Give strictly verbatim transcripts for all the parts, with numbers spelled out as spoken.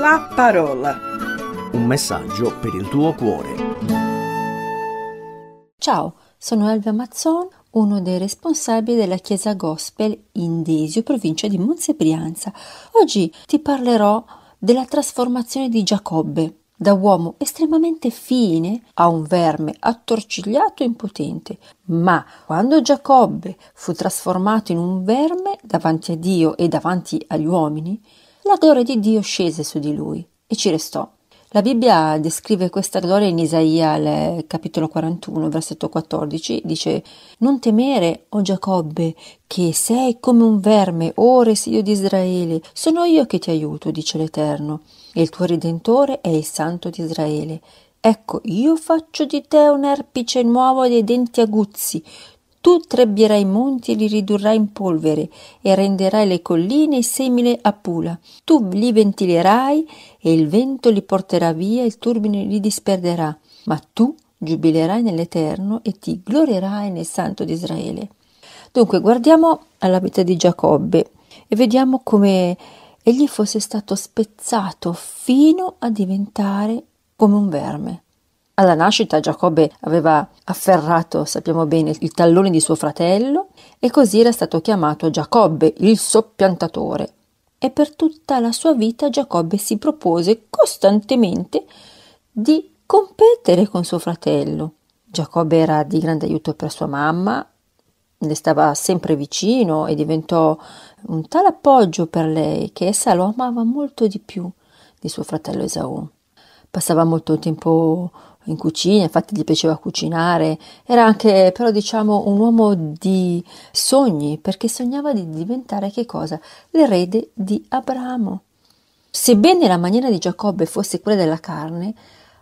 la parola. Un messaggio per il tuo cuore. Ciao, sono Elvia Mazzon, uno dei responsabili della Chiesa Gospel in Desio, provincia di Monza e Brianza. Oggi ti parlerò della trasformazione di Giacobbe, da uomo estremamente fine a un verme attorcigliato e impotente. Ma quando Giacobbe fu trasformato in un verme davanti a Dio e davanti agli uomini, la gloria di Dio scese su di lui e ci restò. La Bibbia descrive questa gloria in Isaia al capitolo quarantuno, versetto quattordici, dice: «Non temere, o Giacobbe, che sei come un verme, o re Dio di Israele, sono io che ti aiuto, dice l'Eterno, e il tuo Redentore è il Santo di Israele. Ecco, io faccio di te un erpice nuovo dei denti aguzzi, tu trebbierai i monti e li ridurrai in polvere e renderai le colline simili a pula. Tu li ventilerai e il vento li porterà via e il turbine li disperderà. Ma tu giubilerai nell'Eterno e ti glorierai nel Santo di Israele». Dunque guardiamo alla vita di Giacobbe e vediamo come egli fosse stato spezzato fino a diventare come un verme. Alla nascita Giacobbe aveva afferrato, sappiamo bene, il tallone di suo fratello e così era stato chiamato Giacobbe, il soppiantatore. E per tutta la sua vita Giacobbe si propose costantemente di competere con suo fratello. Giacobbe era di grande aiuto per sua mamma, le stava sempre vicino e diventò un tale appoggio per lei che essa lo amava molto di più di suo fratello Esaù. Passava molto tempo in cucina, infatti gli piaceva cucinare, era anche però diciamo un uomo di sogni, perché sognava di diventare che cosa? L'erede di Abramo. Sebbene la maniera di Giacobbe fosse quella della carne,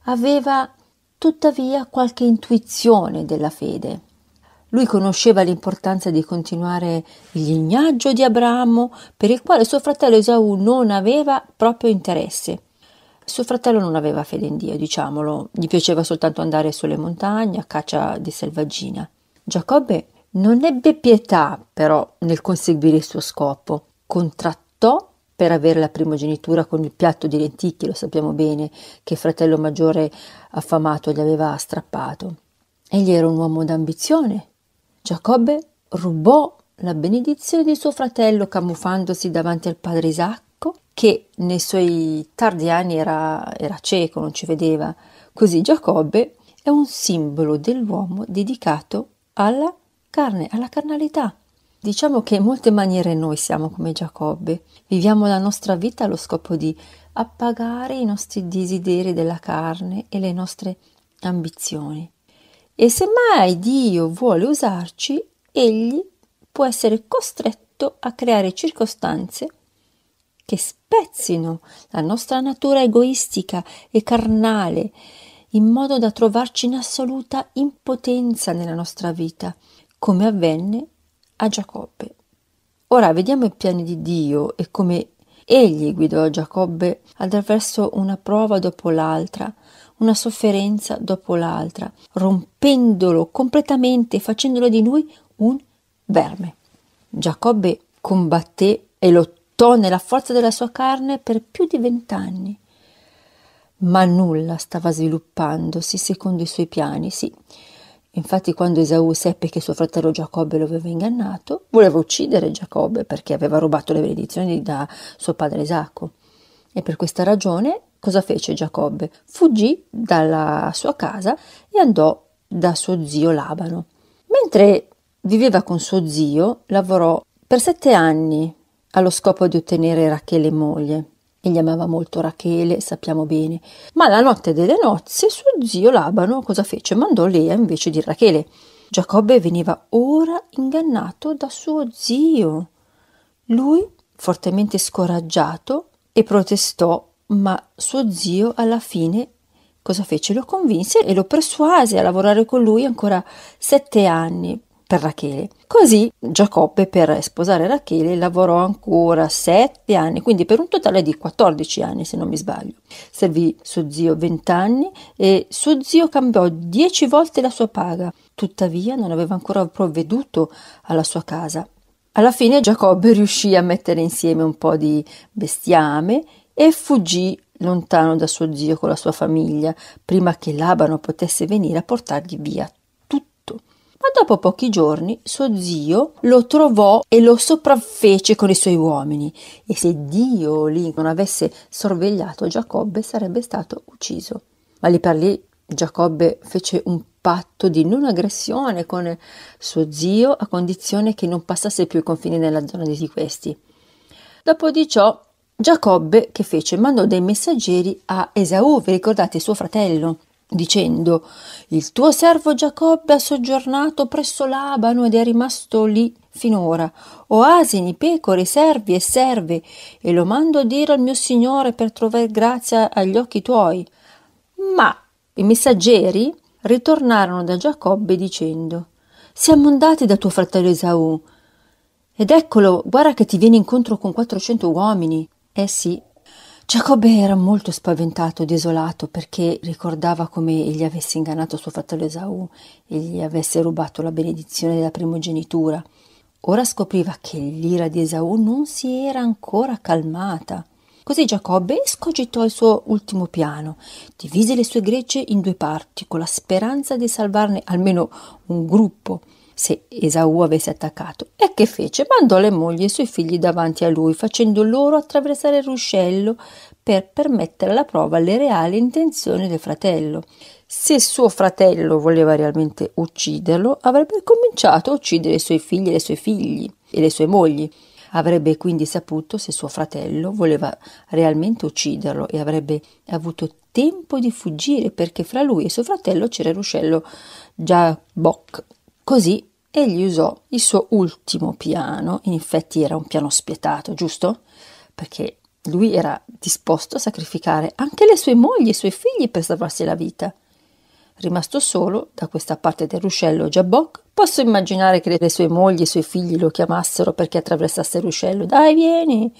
aveva tuttavia qualche intuizione della fede. Lui conosceva l'importanza di continuare il lignaggio di Abramo, per il quale suo fratello Esaù non aveva proprio interesse. Suo fratello non aveva fede in Dio, diciamolo, gli piaceva soltanto andare sulle montagne a caccia di selvaggina. Giacobbe non ebbe pietà però nel conseguire il suo scopo, contrattò per avere la primogenitura con il piatto di lenticchie, lo sappiamo bene, che il fratello maggiore affamato gli aveva strappato. Egli era un uomo d'ambizione. Giacobbe rubò la benedizione di suo fratello camuffandosi davanti al padre Isacco, che nei suoi tardi anni era, era cieco, non ci vedeva. Così Giacobbe è un simbolo dell'uomo dedicato alla carne, alla carnalità. Diciamo che in molte maniere noi siamo come Giacobbe, viviamo la nostra vita allo scopo di appagare i nostri desideri della carne e le nostre ambizioni. E se mai Dio vuole usarci, egli può essere costretto a creare circostanze che spezzino la nostra natura egoistica e carnale, in modo da trovarci in assoluta impotenza nella nostra vita, come avvenne a Giacobbe. Ora vediamo i piani di Dio e come egli guidò Giacobbe attraverso una prova dopo l'altra, una sofferenza dopo l'altra, rompendolo completamente e facendolo di lui un verme. Giacobbe combatté e lottò nella forza della sua carne per più di vent'anni, ma nulla stava sviluppandosi secondo i suoi piani. Sì, infatti quando Esaù seppe che suo fratello Giacobbe lo aveva ingannato, voleva uccidere Giacobbe perché aveva rubato le benedizioni da suo padre Isacco. E per questa ragione cosa fece Giacobbe? Fuggì dalla sua casa e andò da suo zio Labano. Mentre viveva con suo zio, lavorò per sette anni allo scopo di ottenere Rachele moglie. Egli amava molto Rachele, sappiamo bene, ma la notte delle nozze suo zio Labano cosa fece? Mandò Lea invece di Rachele. Giacobbe veniva ora ingannato da suo zio. Lui, fortemente scoraggiato, e protestò, ma suo zio alla fine cosa fece? Lo convinse e lo persuase a lavorare con lui ancora sette anni per Rachele. Così Giacobbe per sposare Rachele lavorò ancora sette anni, quindi per un totale di quattordici anni se non mi sbaglio. Servì suo zio vent'anni e suo zio cambiò dieci volte la sua paga, tuttavia non aveva ancora provveduto alla sua casa. Alla fine Giacobbe riuscì a mettere insieme un po' di bestiame e fuggì lontano da suo zio con la sua famiglia, prima che Labano potesse venire a portargli via tutto. Ma dopo pochi giorni suo zio lo trovò e lo sopraffece con i suoi uomini, e se Dio lì non avesse sorvegliato Giacobbe sarebbe stato ucciso. Ma lì per lì Giacobbe fece un patto di non aggressione con suo zio a condizione che non passasse più i confini nella zona di questi. Dopo di ciò Giacobbe che fece? Mandò dei messaggeri a Esaù, vi ricordate, suo fratello, dicendo: il tuo servo Giacobbe ha soggiornato presso Labano ed è rimasto lì finora. Ho asini, pecore, servi e serve, e lo mando a dire al mio signore per trovare grazia agli occhi tuoi. Ma i messaggeri ritornarono da Giacobbe dicendo: siamo andati da tuo fratello Esaù, ed eccolo, guarda che ti viene incontro con quattrocento uomini. Eh sì, Giacobbe era molto spaventato e desolato perché ricordava come egli avesse ingannato suo fratello Esaù e gli avesse rubato la benedizione della primogenitura. Ora scopriva che l'ira di Esaù non si era ancora calmata. Così Giacobbe escogitò il suo ultimo piano, divise le sue gregge in due parti con la speranza di salvarne almeno un gruppo se Esaù avesse attaccato. E che fece? Mandò le mogli e i suoi figli davanti a lui, facendo loro attraversare il ruscello per permettere alla prova le reali intenzioni del fratello. Se suo fratello voleva realmente ucciderlo, avrebbe cominciato a uccidere i suoi figli e i suoi figli e le sue mogli. Avrebbe quindi saputo se suo fratello voleva realmente ucciderlo e avrebbe avuto tempo di fuggire, perché fra lui e suo fratello c'era il ruscello Giabok. Così egli usò il suo ultimo piano. In effetti era un piano spietato, giusto? Perché lui era disposto a sacrificare anche le sue mogli e i suoi figli per salvarsi la vita. Rimasto solo da questa parte del ruscello Giabok, posso immaginare che le sue mogli e i suoi figli lo chiamassero perché attraversasse il ruscello. Dai, vieni!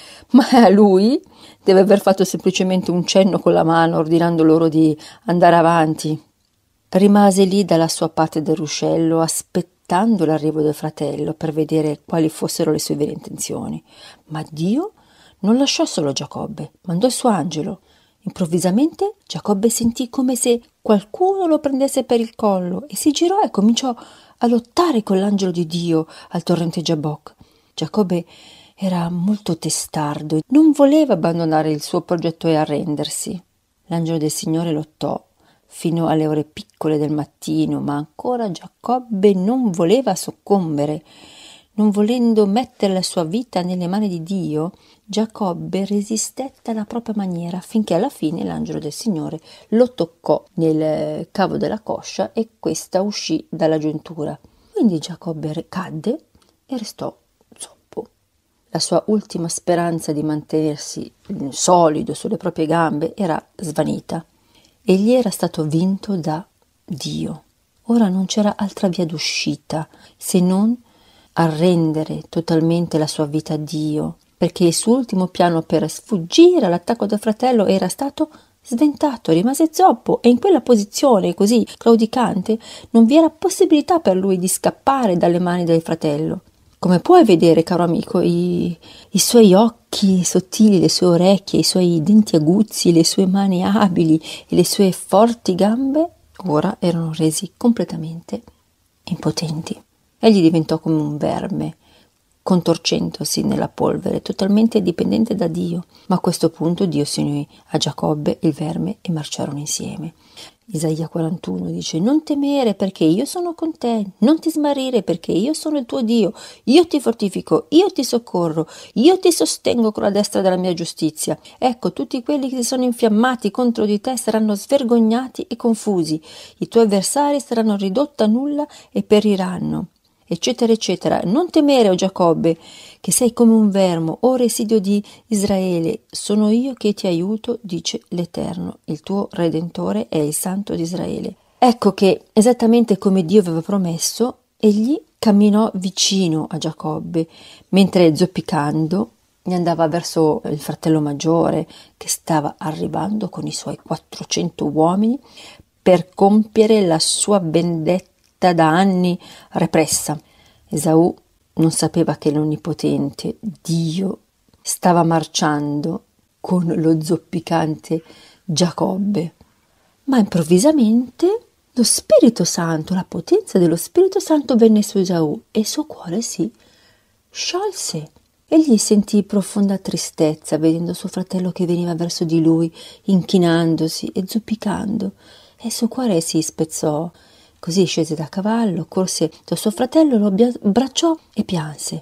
Ma lui deve aver fatto semplicemente un cenno con la mano, ordinando loro di andare avanti. Rimase lì dalla sua parte del ruscello, aspettando l'arrivo del fratello per vedere quali fossero le sue vere intenzioni. Ma Dio non lasciò solo Giacobbe, mandò il suo angelo. Improvvisamente Giacobbe sentì come se qualcuno lo prendesse per il collo e si girò e cominciò a lottare con l'angelo di Dio al torrente Giabok. Giacobbe era molto testardo e non voleva abbandonare il suo progetto e arrendersi. L'angelo del Signore lottò fino alle ore piccole del mattino, ma ancora Giacobbe non voleva soccombere. Non volendo mettere la sua vita nelle mani di Dio, Giacobbe resistette alla propria maniera finché alla fine l'angelo del Signore lo toccò nel cavo della coscia e questa uscì dalla giuntura. Quindi Giacobbe cadde e restò zoppo. La sua ultima speranza di mantenersi solido sulle proprie gambe era svanita. Egli era stato vinto da Dio. Ora non c'era altra via d'uscita se non arrendere totalmente la sua vita a Dio, perché il suo ultimo piano per sfuggire all'attacco del fratello era stato sventato, rimase zoppo e in quella posizione così claudicante non vi era possibilità per lui di scappare dalle mani del fratello. Come puoi vedere, caro amico, i, i suoi occhi sottili, le sue orecchie, i suoi denti aguzzi, le sue mani abili e le sue forti gambe ora erano resi completamente impotenti. Egli diventò come un verme, contorcendosi nella polvere, totalmente dipendente da Dio. Ma a questo punto Dio si unì a Giacobbe, il verme, e marciarono insieme. Isaia quarantuno dice: non temere perché io sono con te, non ti smarrire perché io sono il tuo Dio, io ti fortifico, io ti soccorro, io ti sostengo con la destra della mia giustizia. Ecco, tutti quelli che si sono infiammati contro di te saranno svergognati e confusi, i tuoi avversari saranno ridotti a nulla e periranno, eccetera eccetera. Non temere, o Giacobbe, che sei come un vermo, o residuo di Israele, sono io che ti aiuto, dice l'Eterno, il tuo Redentore è il Santo di Israele. Ecco che, esattamente come Dio aveva promesso, egli camminò vicino a Giacobbe, mentre zoppicando ne andava verso il fratello maggiore che stava arrivando con i suoi quattrocento uomini per compiere la sua vendetta da anni repressa. Esaù non sapeva che l'Onnipotente, Dio, stava marciando con lo zoppicante Giacobbe. Ma improvvisamente lo Spirito Santo, la potenza dello Spirito Santo venne su Esaù e il suo cuore si sciolse. Egli sentì profonda tristezza vedendo suo fratello che veniva verso di lui, inchinandosi e zoppicando, e il suo cuore si spezzò. Così scese da cavallo, corse da suo fratello, lo abbracciò e pianse.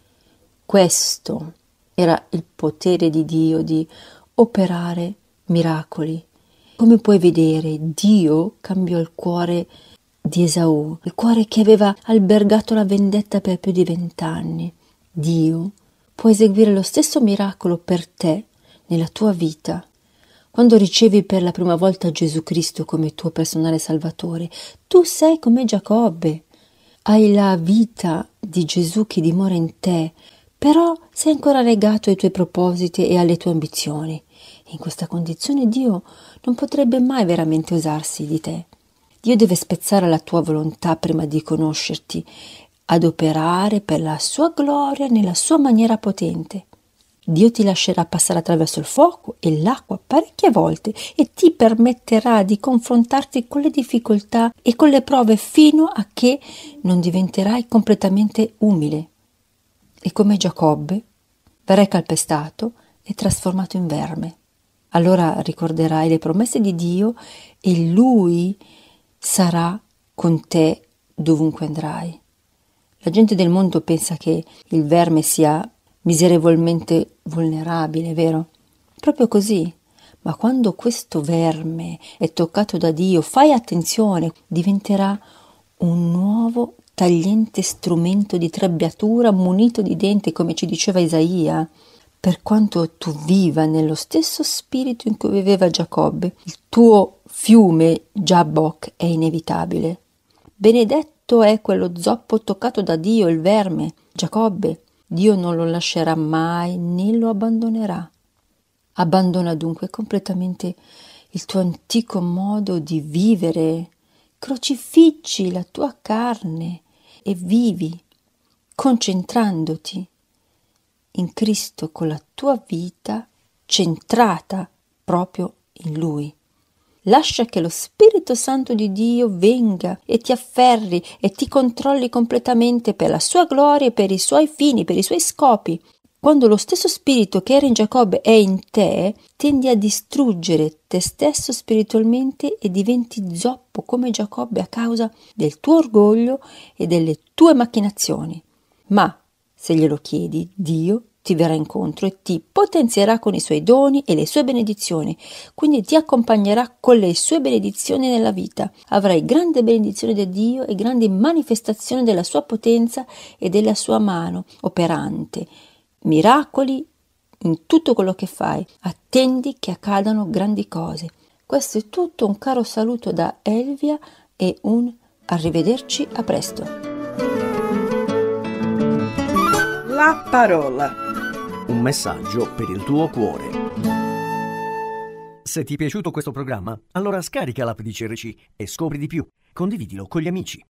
Questo era il potere di Dio di operare miracoli. Come puoi vedere, Dio cambiò il cuore di Esaù, il cuore che aveva albergato la vendetta per più di vent'anni. Dio può eseguire lo stesso miracolo per te nella tua vita. Quando ricevi per la prima volta Gesù Cristo come tuo personale Salvatore, tu sei come Giacobbe. Hai la vita di Gesù che dimora in te, però sei ancora legato ai tuoi propositi e alle tue ambizioni. In questa condizione Dio non potrebbe mai veramente usarsi di te. Dio deve spezzare la tua volontà prima di conoscerti, ad operare per la sua gloria nella sua maniera potente. Dio ti lascerà passare attraverso il fuoco e l'acqua parecchie volte e ti permetterà di confrontarti con le difficoltà e con le prove fino a che non diventerai completamente umile. E come Giacobbe verrai calpestato e trasformato in verme. Allora ricorderai le promesse di Dio e Lui sarà con te dovunque andrai. La gente del mondo pensa che il verme sia miserevolmente vulnerabile, vero? Proprio così. Ma quando questo verme è toccato da Dio, fai attenzione, diventerà un nuovo tagliente strumento di trebbiatura munito di denti, come ci diceva Isaia. Per quanto tu viva nello stesso spirito in cui viveva Giacobbe, il tuo fiume Giabbok è inevitabile. Benedetto è quello zoppo toccato da Dio, il verme, Giacobbe. Dio non lo lascerà mai né lo abbandonerà. Abbandona dunque completamente il tuo antico modo di vivere, crocifiggi la tua carne e vivi concentrandoti in Cristo con la tua vita centrata proprio in Lui. Lascia che lo Spirito Santo di Dio venga e ti afferri e ti controlli completamente per la sua gloria e per i suoi fini, per i suoi scopi. Quando lo stesso spirito che era in Giacobbe è in te, tendi a distruggere te stesso spiritualmente e diventi zoppo come Giacobbe a causa del tuo orgoglio e delle tue macchinazioni. Ma se glielo chiedi, Dio ti verrà incontro e ti potenzierà con i suoi doni e le sue benedizioni, quindi ti accompagnerà con le sue benedizioni nella vita. Avrai grande benedizione da Dio e grandi manifestazioni della sua potenza e della sua mano operante. Miracoli in tutto quello che fai. Attendi che accadano grandi cose. Questo è tutto, un caro saluto da Elvia e un arrivederci, a presto. La parola. Un messaggio per il tuo cuore. Se ti è piaciuto questo programma, allora scarica l'app di C R C e scopri di più. Condividilo con gli amici.